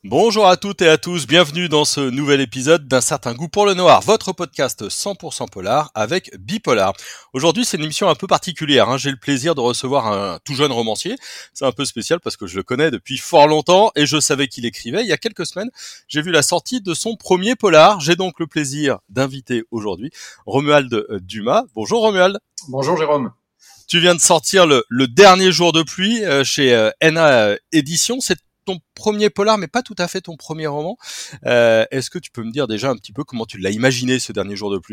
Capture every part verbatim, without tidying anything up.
Bonjour à toutes et à tous, bienvenue dans ce nouvel épisode d'Un certain goût pour le noir, votre podcast cent pour cent polar avec Bipolar. Aujourd'hui, c'est une émission un peu particulière, hein. J'ai le plaisir de recevoir un tout jeune romancier. C'est un peu spécial parce que je le connais depuis fort longtemps et je savais qu'il écrivait. Il y a quelques semaines, j'ai vu la sortie de son premier polar. J'ai donc le plaisir d'inviter aujourd'hui Romuald Dumas. Bonjour Romuald. Bonjour Jérôme. Tu viens de sortir le, le dernier jour de pluie euh, chez euh, N A Éditions. C'est ton premier polar, mais pas tout à fait ton premier roman. Euh, est-ce que tu peux me dire déjà un petit peu comment tu l'as imaginé ce dernier jour de pluie ?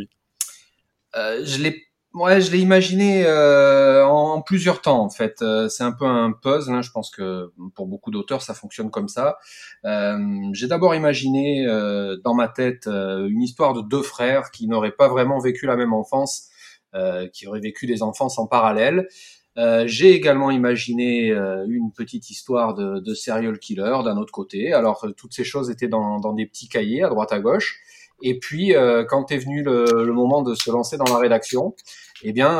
Euh, je l'ai, ouais, je l'ai imaginé euh, en, en plusieurs temps en fait. Euh, c'est un peu un puzzle. Hein, je pense que pour beaucoup d'auteurs, ça fonctionne comme ça. Euh, j'ai d'abord imaginé euh, dans ma tête euh, une histoire de deux frères qui n'auraient pas vraiment vécu la même enfance, euh, qui auraient vécu des enfances en parallèle. Euh, j'ai également imaginé euh, une petite histoire de, de serial killer d'un autre côté. Alors euh, toutes ces choses étaient dans, dans des petits cahiers à droite à gauche. Et puis euh, quand est venu le, le moment de se lancer dans la rédaction, eh bien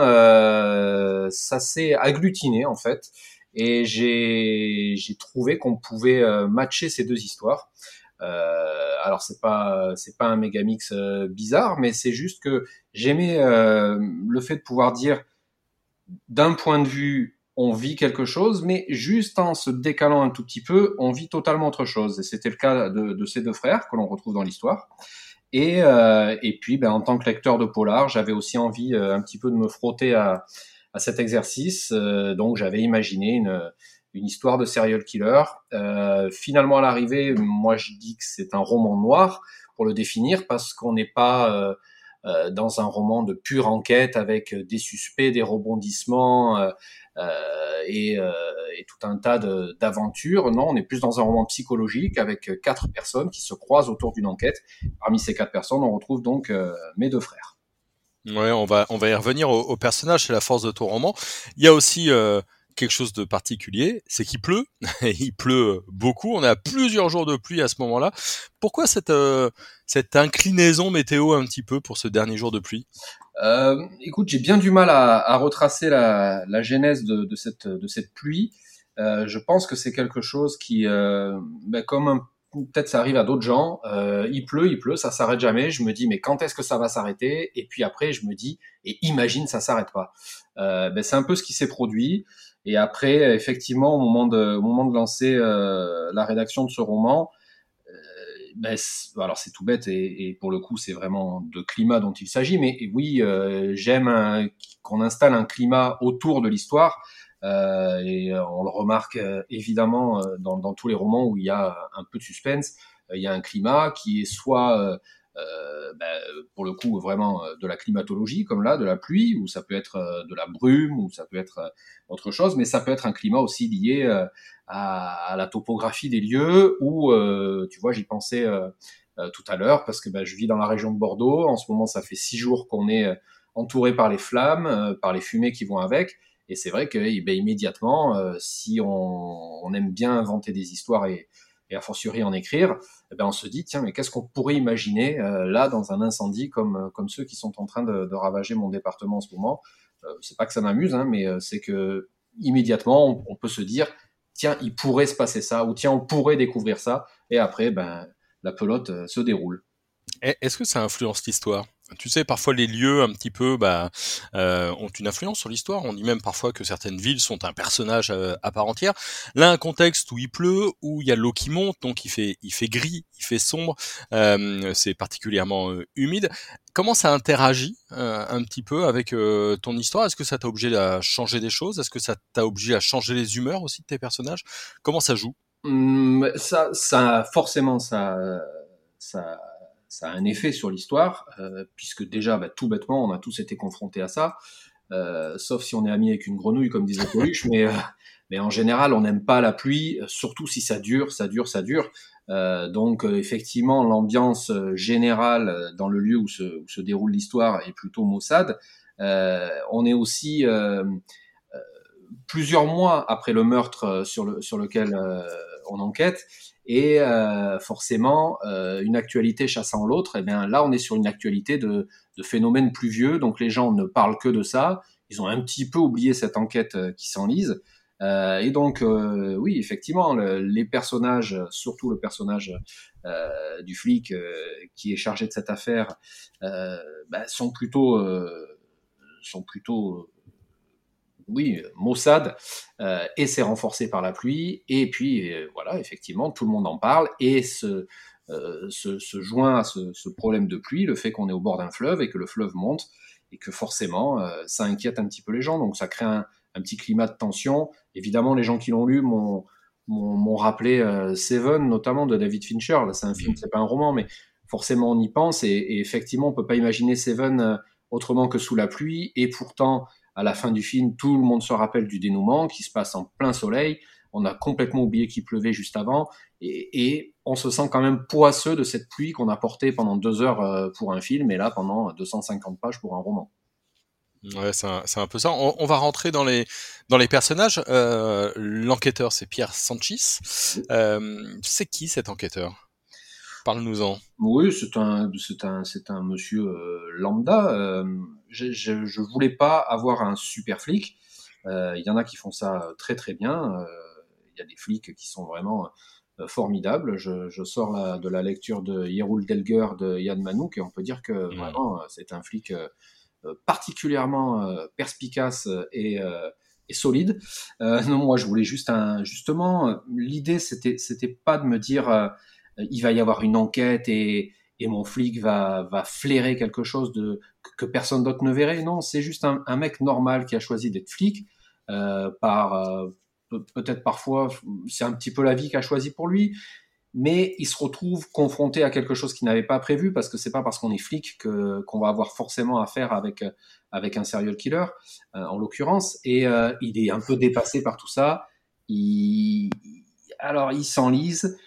euh, ça s'est agglutiné en fait. Et j'ai, j'ai trouvé qu'on pouvait euh, matcher ces deux histoires. Euh, alors c'est pas c'est pas un méga mix euh, bizarre, mais c'est juste que j'aimais euh, le fait de pouvoir dire d'un point de vue, on vit quelque chose, mais juste en se décalant un tout petit peu, on vit totalement autre chose. Et c'était le cas de, de ces deux frères que l'on retrouve dans l'histoire. Et, euh, et puis, ben, en tant que lecteur de polar, j'avais aussi envie euh, un petit peu de me frotter à, à cet exercice. Euh, donc, j'avais imaginé une, une histoire de serial killer. Euh, finalement, à l'arrivée, moi, je dis que c'est un roman noir pour le définir parce qu'on n'est pas euh, euh, dans un roman de pure enquête avec des suspects, des rebondissements euh, euh, et, euh, et tout un tas de, d'aventures. Non, on est plus dans un roman psychologique avec quatre personnes qui se croisent autour d'une enquête. Parmi ces quatre personnes, on retrouve donc euh, mes deux frères. Ouais, on va on va y revenir au, au personnage, c'est la force de ton roman. Il y a aussi euh, quelque chose de particulier, c'est qu'il pleut. Il pleut beaucoup. On est à plusieurs jours de pluie à ce moment-là. Pourquoi cette euh, cette inclinaison météo un petit peu pour ce dernier jour de pluie ? Euh, écoute, j'ai bien du mal à, à retracer la, la genèse de, de, cette, de cette pluie. Euh, je pense que c'est quelque chose qui, euh, ben comme un, peut-être ça arrive à d'autres gens, euh, il pleut, il pleut, ça s'arrête jamais. Je me dis, mais quand est-ce que ça va s'arrêter ? Et puis après, je me dis, et imagine, ça s'arrête pas. Euh, ben c'est un peu ce qui s'est produit. Et après, effectivement, au moment de, au moment de lancer euh, la rédaction de ce roman, ben, alors c'est tout bête et, et pour le coup c'est vraiment de climat dont il s'agit, mais oui, euh, j'aime un, qu'on installe un climat autour de l'histoire euh, et on le remarque euh, évidemment euh, dans, dans tous les romans où il y a un peu de suspense, euh, il y a un climat qui est soit euh, euh, ben, pour le coup vraiment euh, de la climatologie comme là, de la pluie, ou ça peut être euh, de la brume, ou ça peut être euh, autre chose, mais ça peut être un climat aussi lié euh, à, à la topographie des lieux, où, euh, tu vois, j'y pensais euh, euh, tout à l'heure, parce que ben, je vis dans la région de Bordeaux. En ce moment, ça fait six jours qu'on est euh, entouré par les flammes, euh, par les fumées qui vont avec. Et c'est vrai que eh ben, immédiatement, euh, si on, on aime bien inventer des histoires et, et a fortiori en écrire, eh ben, on se dit, tiens, mais qu'est-ce qu'on pourrait imaginer euh, là dans un incendie comme, comme ceux qui sont en train de, de ravager mon département en ce moment. Euh, c'est pas que ça m'amuse, hein, mais euh, c'est que immédiatement, on, on peut se dire, tiens, il pourrait se passer ça, ou tiens, on pourrait découvrir ça, et après, ben, la pelote euh, se déroule. Est-ce que ça influence l'histoire ? Tu sais, parfois les lieux un petit peu bah, euh, ont une influence sur l'histoire. On dit même parfois que certaines villes sont un personnage euh, à part entière. Là, un contexte où il pleut, où il y a l'eau qui monte, donc il fait, il fait gris, il fait sombre, euh, c'est particulièrement euh, humide. Comment ça interagit euh, un petit peu avec euh, ton histoire ? Est-ce que ça t'a obligé à changer des choses ? Est-ce que ça t'a obligé à changer les humeurs aussi de tes personnages ? Comment ça joue ? Hum, ça, ça, forcément, ça, ça, ça a un effet sur l'histoire, euh, puisque déjà, bah, tout bêtement, on a tous été confrontés à ça. Euh, sauf si on est ami avec une grenouille, comme disait Coluche, mais, euh, mais en général, on n'aime pas la pluie, surtout si ça dure, ça dure, ça dure. Euh, donc, euh, effectivement, l'ambiance générale dans le lieu où se, où se déroule l'histoire est plutôt maussade. Euh, on est aussi euh, plusieurs mois après le meurtre sur, le, sur lequel euh, on enquête, et euh, forcément, euh, une actualité chassant l'autre, et bien là, on est sur une actualité de, de phénomènes pluvieux, donc les gens ne parlent que de ça. Ils ont un petit peu oublié cette enquête euh, qui s'enlise. Euh, et donc, euh, oui, effectivement, le, les personnages, surtout le personnage euh, du flic euh, qui est chargé de cette affaire, euh, bah, sont plutôt, euh, sont plutôt, oui, maussade, euh, et c'est renforcé par la pluie. Et puis, euh, voilà, effectivement, tout le monde en parle et se, euh, se, se joint à ce, ce problème de pluie, le fait qu'on est au bord d'un fleuve et que le fleuve monte et que forcément, euh, ça inquiète un petit peu les gens. Donc, ça crée un, un petit climat de tension. Évidemment, les gens qui l'ont lu m'ont, m'ont, m'ont rappelé euh, Seven, notamment de David Fincher. Là, c'est un film, c'est pas un roman, mais forcément, on y pense. Et, et effectivement, on peut pas imaginer Seven euh, autrement que sous la pluie. Et pourtant, à la fin du film, tout le monde se rappelle du dénouement qui se passe en plein soleil. On a complètement oublié qu'il pleuvait juste avant. Et, et on se sent quand même poisseux de cette pluie qu'on a portée pendant deux heures euh, pour un film et là pendant deux cent cinquante pages pour un roman. Ouais, c'est un, c'est un peu ça. On, on va rentrer dans les dans les personnages. Euh, l'enquêteur, c'est Pierre Sanchis. Euh, c'est qui cet enquêteur? Parle-nous-en. Oui, c'est un, c'est un, c'est un monsieur euh, lambda. Euh, je, je, je voulais pas avoir un super flic. Euh, Il y en a qui font ça très très bien. Euh, Il y a des flics qui sont vraiment euh, formidables. Je, je sors la- de la lecture de Yeroul Delger de Yann Manouk et on peut dire que Hmm. vraiment euh, c'est un flic euh, euh, particulièrement euh, perspicace et, euh, et solide. Euh, non, moi je voulais juste un, justement, euh, l'idée c'était c'était pas de me dire euh, il va y avoir une enquête et, et mon flic va, va flairer quelque chose de, que, que personne d'autre ne verrait. Non, c'est juste un, un mec normal qui a choisi d'être flic euh, par euh, peut-être parfois c'est un petit peu la vie qui a choisi pour lui, mais il se retrouve confronté à quelque chose qu'il n'avait pas prévu parce que c'est pas parce qu'on est flic que qu'on va avoir forcément affaire avec avec un serial killer euh, en l'occurrence, et euh, il est un peu dépassé par tout ça. Il alors il s'enlise,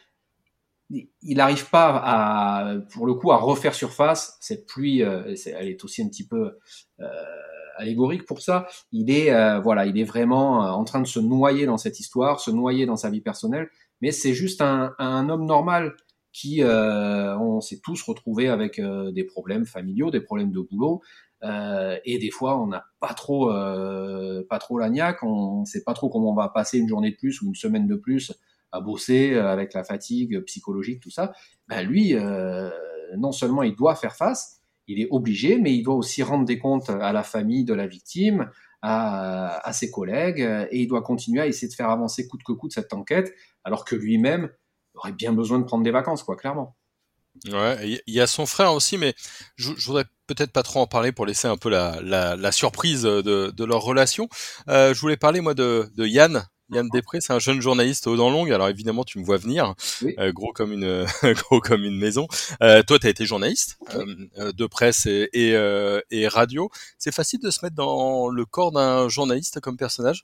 il n'arrive pas à, pour le coup, à refaire surface. Cette pluie, euh, c'est, elle est aussi un petit peu euh, allégorique pour ça. Il est, euh, voilà, il est vraiment euh, en train de se noyer dans cette histoire, se noyer dans sa vie personnelle. Mais c'est juste un, un homme normal qui, euh, on s'est tous retrouvés avec euh, des problèmes familiaux, des problèmes de boulot. Euh, et des fois, on n'a pas trop, euh, pas trop la niaque. On ne sait pas trop comment on va passer une journée de plus ou une semaine de plus à bosser euh, avec la fatigue psychologique, tout ça. Ben lui, euh, non seulement il doit faire face, il est obligé, mais il doit aussi rendre des comptes à la famille de la victime, à, à ses collègues, et il doit continuer à essayer de faire avancer coûte que coûte cette enquête, alors que lui-même aurait bien besoin de prendre des vacances, quoi, clairement. Ouais, il y a son frère aussi, mais je, je voudrais peut-être pas trop en parler pour laisser un peu la, la, la surprise de, de leur relation. Euh, je voulais parler moi de, de Yann. Yann Després, c'est un jeune journaliste aux dents longues. Alors évidemment, tu me vois venir, Oui, euh, gros comme une gros comme une maison. Euh, toi, tu as été journaliste oui. euh, de presse et, et, euh, et radio. C'est facile de se mettre dans le corps d'un journaliste comme personnage?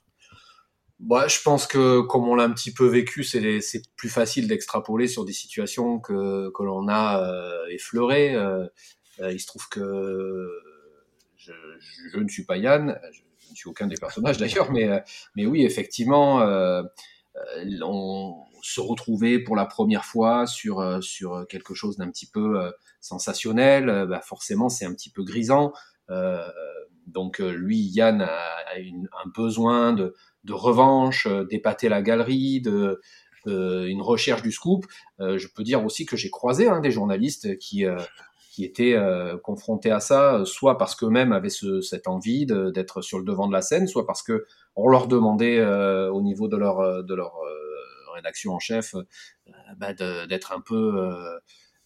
Bah, je pense que comme on l'a un petit peu vécu, c'est c'est plus facile d'extrapoler sur des situations que que l'on a euh, effleurées. Euh, euh, il se trouve que je, je, je ne suis pas Yann, je, je ne suis aucun des personnages d'ailleurs, mais euh, mais oui, effectivement, euh, euh, on se retrouver pour la première fois sur euh, sur quelque chose d'un petit peu euh, sensationnel, euh, bah forcément c'est un petit peu grisant. Euh, donc euh, lui, Yann a, a une, un besoin de de revanche, euh, d'épater la galerie, de, de une recherche du scoop. Euh, je peux dire aussi que j'ai croisé hein, des journalistes qui euh, qui étaient euh, confrontés à ça, soit parce qu'eux-mêmes avaient ce, cette envie de, d'être sur le devant de la scène, soit parce que on leur demandait euh, au niveau de leur de leur euh, rédaction en chef euh, bah, de, d'être un peu euh,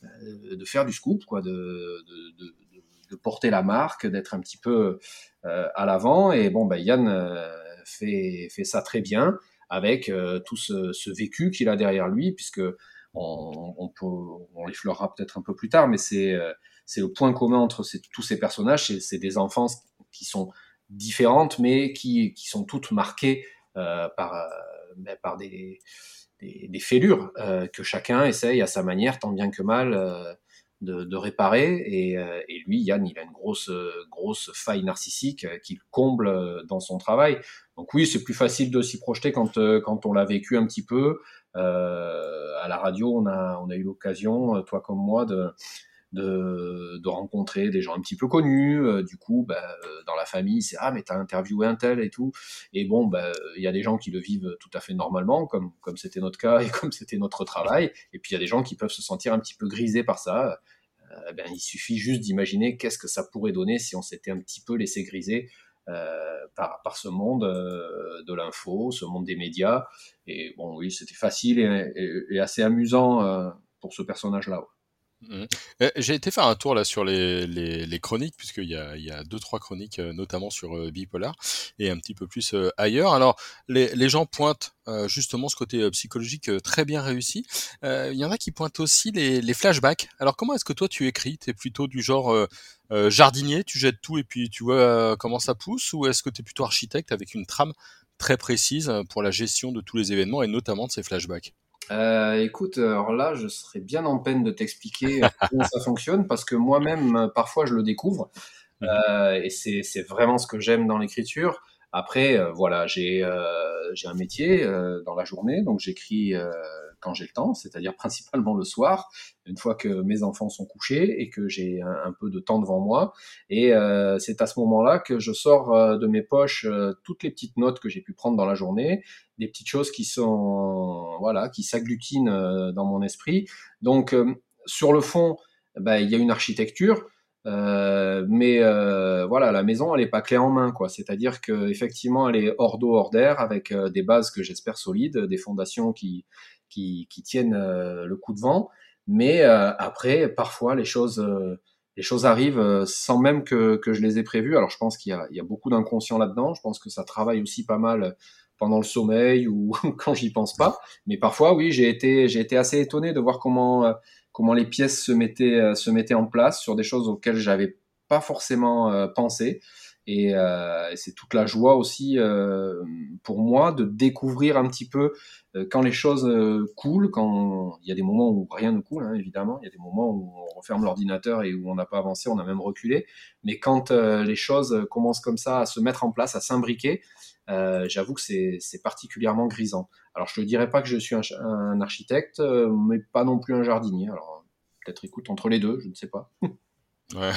de faire du scoop, quoi, de, de, de, de porter la marque, d'être un petit peu euh, à l'avant. Et bon, bah, Yann euh, fait, fait ça très bien avec euh, tout ce, ce vécu qu'il a derrière lui, puisque on, on, peut, on l'effleurera peut-être un peu plus tard, mais c'est euh, c'est le point commun entre ces, tous ces personnages, c'est, c'est des enfances qui sont différentes, mais qui, qui sont toutes marquées euh, par, euh, ben, par des, des, des fêlures euh, que chacun essaye à sa manière, tant bien que mal, euh, de, de réparer. Et, euh, et lui, Yann, il a une grosse, grosse faille narcissique euh, qu'il comble euh, dans son travail. Donc oui, c'est plus facile de s'y projeter quand, euh, quand on l'a vécu un petit peu. Euh, à la radio, on a, on a eu l'occasion, euh, toi comme moi, de, de, de rencontrer des gens un petit peu connus. Euh, du coup, bah, euh, dans la famille, c'est ah mais t'as interviewé un tel et tout. Et bon, bah, il y a des gens qui le vivent tout à fait normalement, comme comme c'était notre cas et comme c'était notre travail. Et puis il y a des gens qui peuvent se sentir un petit peu grisés par ça. Euh, ben, il suffit juste d'imaginer qu'est-ce que ça pourrait donner si on s'était un petit peu laissé griser euh, par, par ce monde euh, de l'info, ce monde des médias. Et bon, oui, c'était facile et, et, et assez amusant euh, pour ce personnage-là. Ouais. Mmh. Euh, J'ai été faire un tour là sur les, les, les chroniques, puisqu'il y a, il y a deux, trois chroniques, euh, notamment sur euh, Bipolar, et un petit peu plus euh, ailleurs. Alors, les, les gens pointent euh, justement ce côté euh, psychologique euh, très bien réussi. Euh, Il y en a qui pointent aussi les, les flashbacks. Alors, comment est-ce que toi tu écris? T'es plutôt du genre euh, euh, jardinier, tu jettes tout et puis tu vois euh, comment ça pousse, ou est-ce que t'es plutôt architecte avec une trame très précise euh, pour la gestion de tous les événements et notamment de ces flashbacks? Euh, écoute, alors là, je serais bien en peine de t'expliquer comment ça fonctionne parce que moi-même, parfois, je le découvre. Mhm. Euh, et c'est c'est vraiment ce que j'aime dans l'écriture. Après, euh, voilà, j'ai euh, j'ai un métier euh, dans la journée, donc j'écris euh, quand j'ai le temps, c'est-à-dire principalement le soir, une fois que mes enfants sont couchés et que j'ai un, un peu de temps devant moi. Et euh, c'est à ce moment-là que je sors euh, de mes poches euh, toutes les petites notes que j'ai pu prendre dans la journée, des petites choses qui sont voilà, qui s'agglutinent euh, dans mon esprit. Donc euh, sur le fond, ben, il y a une architecture. Euh, mais euh, voilà, la maison, elle est pas clé en main, quoi. C'est-à-dire que effectivement, elle est hors d'eau, hors d'air, avec euh, des bases que j'espère solides, des fondations qui qui, qui tiennent euh, le coup de vent. Mais euh, après, parfois, les choses euh, les choses arrivent euh, sans même que que je les ai prévues. Alors, je pense qu'il y a il y a beaucoup d'inconscient là-dedans. Je pense que ça travaille aussi pas mal pendant le sommeil ou quand j'y pense pas. Mais parfois, oui, j'ai été j'ai été assez étonné de voir comment euh, comment les pièces se mettaient, euh, se mettaient en place sur des choses auxquelles j'avais pas forcément euh, pensé. Et, euh, et c'est toute la joie aussi euh, pour moi de découvrir un petit peu euh, quand les choses euh, coulent, quand il y a des moments où rien ne coule, hein, évidemment, il y a des moments où on referme l'ordinateur et où on n'a pas avancé, on a même reculé. Mais quand euh, les choses commencent comme ça à se mettre en place, à s'imbriquer, euh, j'avoue que c'est, c'est particulièrement grisant. Alors, je te dirais pas que je suis un, un architecte, euh, mais pas non plus un jardinier. Alors, peut-être écoute entre les deux, je ne sais pas. Ouais.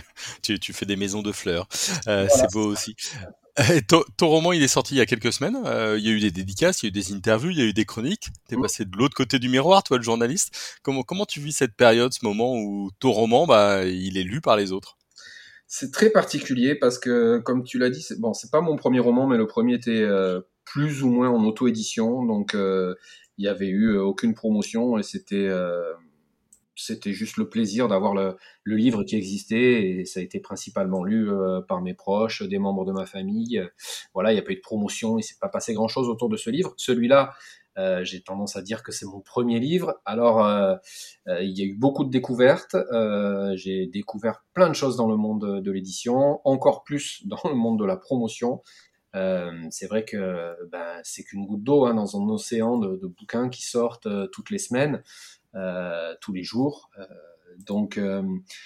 tu, tu fais des maisons de fleurs. Euh, Voilà, c'est beau aussi. Et ton, ton roman, il est sorti il y a quelques semaines. Euh, il y a eu des dédicaces, il y a eu des interviews, il y a eu des chroniques. T'es c'est ça. passé de l'autre côté du miroir, toi, le journaliste. Comment, comment tu vis cette période, ce moment où ton roman, bah, il est lu par les autres? C'est très particulier parce que, comme tu l'as dit, c'est bon, c'est pas mon premier roman, mais le premier était euh, plus ou moins en auto-édition, donc euh, il y avait eu euh, aucune promotion et c'était euh, c'était juste le plaisir d'avoir le, le livre qui existait et ça a été principalement lu euh, par mes proches, des membres de ma famille. Voilà, il n'y a pas eu de promotion, il s'est pas passé grand-chose autour de ce livre. Celui-là, euh, j'ai tendance à dire que c'est mon premier livre. Alors, euh, euh, il y a eu beaucoup de découvertes. Euh, j'ai découvert plein de choses dans le monde de l'édition, encore plus dans le monde de la promotion. Euh, c'est vrai que ben, c'est qu'une goutte d'eau hein, dans un océan de, de bouquins qui sortent euh, toutes les semaines euh, tous les jours. Euh, donc, euh,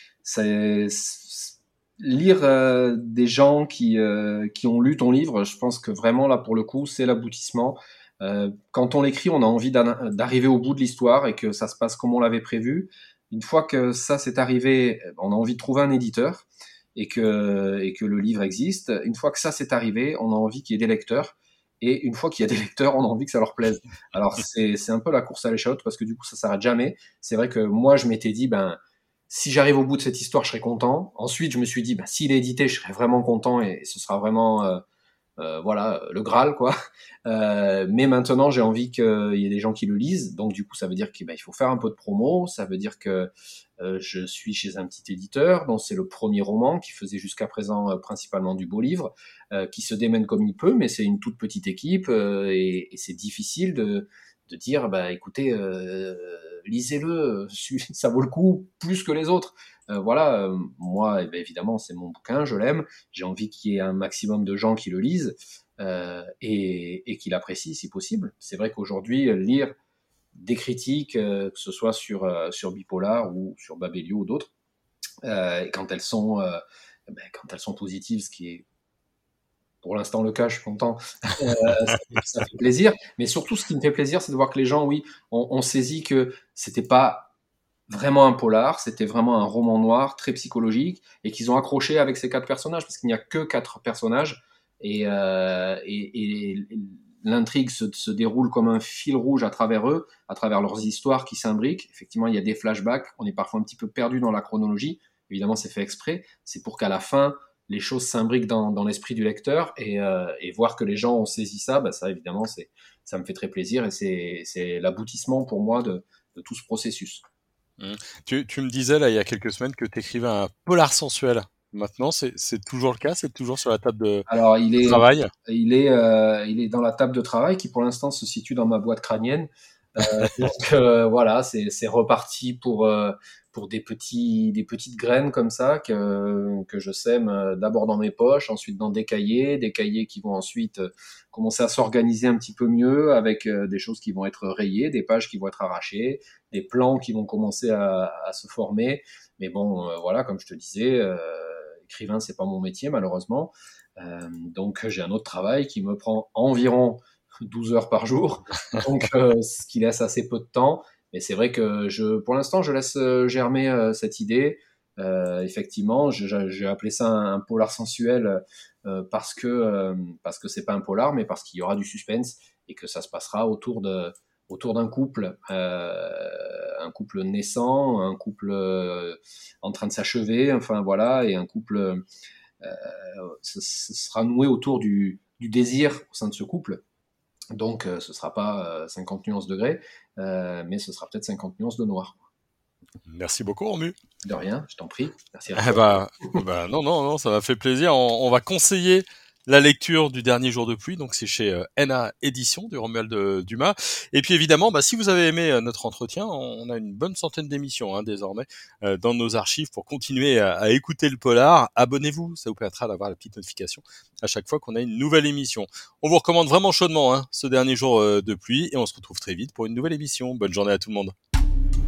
c'est, c'est- lire euh, des gens qui, euh, qui ont lu ton livre, je pense que vraiment là pour le coup, c'est l'aboutissement. Euh, quand on l'écrit, on a envie d'arriver au bout de l'histoire et que ça se passe comme on l'avait prévu. Une fois que ça s'est arrivé, on a envie de trouver un éditeur et que, et que le livre existe. Une fois que ça s'est arrivé, on a envie qu'il y ait des lecteurs. Et une fois qu'il y a des lecteurs, on a envie que ça leur plaise. Alors c'est c'est un peu la course à l'échalote parce que du coup ça s'arrête jamais. C'est vrai que moi je m'étais dit ben si j'arrive au bout de cette histoire je serai content. Ensuite je me suis dit ben s'il est édité je serai vraiment content et ce sera vraiment euh, euh, voilà le Graal quoi. Euh, mais maintenant j'ai envie qu'il y ait des gens qui le lisent. Donc du coup ça veut dire qu'il ben, il faut faire un peu de promo. Ça veut dire que euh, je suis chez un petit éditeur dont c'est le premier roman qui faisait jusqu'à présent euh, principalement du beau livre, euh, qui se démène comme il peut, mais c'est une toute petite équipe euh, et, et c'est difficile de, de dire bah écoutez euh, lisez-le, ça vaut le coup plus que les autres. Euh, voilà, euh, moi eh ben, évidemment c'est mon bouquin, je l'aime, j'ai envie qu'il y ait un maximum de gens qui le lisent euh, et, et qui l'apprécient si possible. C'est vrai qu'aujourd'hui lire des critiques, euh, que ce soit sur, euh, sur Bipolar ou sur Babelio ou d'autres. Euh, et quand elles sont, euh, ben, quand elles sont positives, ce qui est pour l'instant le cas, je suis content. Euh, ça, fait, ça fait plaisir. Mais surtout, ce qui me fait plaisir, c'est de voir que les gens, oui, ont, ont saisi que c'était pas vraiment un polar, c'était vraiment un roman noir très psychologique et qu'ils ont accroché avec ces quatre personnages parce qu'il n'y a que quatre personnages et, euh, et, et l'intrigue se, se déroule comme un fil rouge à travers eux, à travers leurs histoires qui s'imbriquent. Effectivement, il y a des flashbacks, on est parfois un petit peu perdu dans la chronologie. Évidemment, c'est fait exprès. C'est pour qu'à la fin, les choses s'imbriquent dans, dans l'esprit du lecteur et, euh, et voir que les gens ont saisi ça, bah ça évidemment, c'est, ça me fait très plaisir et c'est, c'est l'aboutissement pour moi de, de tout ce processus. Mmh. Tu, tu me disais là il y a quelques semaines que tu écrivais un polar sensuel. Maintenant, c'est, c'est toujours le cas, c'est toujours sur la table de, Alors, il de est, travail. il est, euh, il est dans la table de travail qui pour l'instant se situe dans ma boîte crânienne. Euh, donc euh, voilà, c'est c'est reparti pour euh, pour des petits des petites graines comme ça que que je sème euh, d'abord dans mes poches, ensuite dans des cahiers, des cahiers qui vont ensuite euh, commencer à s'organiser un petit peu mieux avec euh, des choses qui vont être rayées, des pages qui vont être arrachées, des plans qui vont commencer à, à se former. Mais bon, euh, voilà, comme je te disais, euh, écrivain c'est pas mon métier malheureusement. Euh, donc j'ai un autre travail qui me prend environ douze heures par jour, donc euh, ce qui laisse assez peu de temps. Mais c'est vrai que je, pour l'instant, je laisse euh, germer euh, cette idée. Euh, effectivement, je- j'ai appelé ça un, un polar sensuel euh, parce que euh, parce que c'est pas un polar, mais parce qu'il y aura du suspense et que ça se passera autour de autour d'un couple, euh, un couple naissant, un couple euh, en train de s'achever, enfin voilà, et un couple euh, ce, ce sera noué autour du, du désir au sein de ce couple. Donc, euh, ce sera pas euh, cinquante nuances de gris, euh, mais ce sera peut-être cinquante nuances de noir. Merci beaucoup, Romu. De rien, je t'en prie. Merci à Eh toi. bah, bah, non, non, non, ça m'a fait plaisir. On, on va conseiller la lecture du Dernier jour de pluie, donc c'est chez euh, N A Édition du Romuald euh, Dumas. Et puis évidemment, bah, si vous avez aimé euh, notre entretien, on a une bonne centaine d'émissions hein, désormais euh, dans nos archives pour continuer à, à écouter le polar. Abonnez-vous, ça vous permettra d'avoir la petite notification à chaque fois qu'on a une nouvelle émission. On vous recommande vraiment chaudement hein, ce Dernier jour euh, de pluie et on se retrouve très vite pour une nouvelle émission. Bonne journée à tout le monde.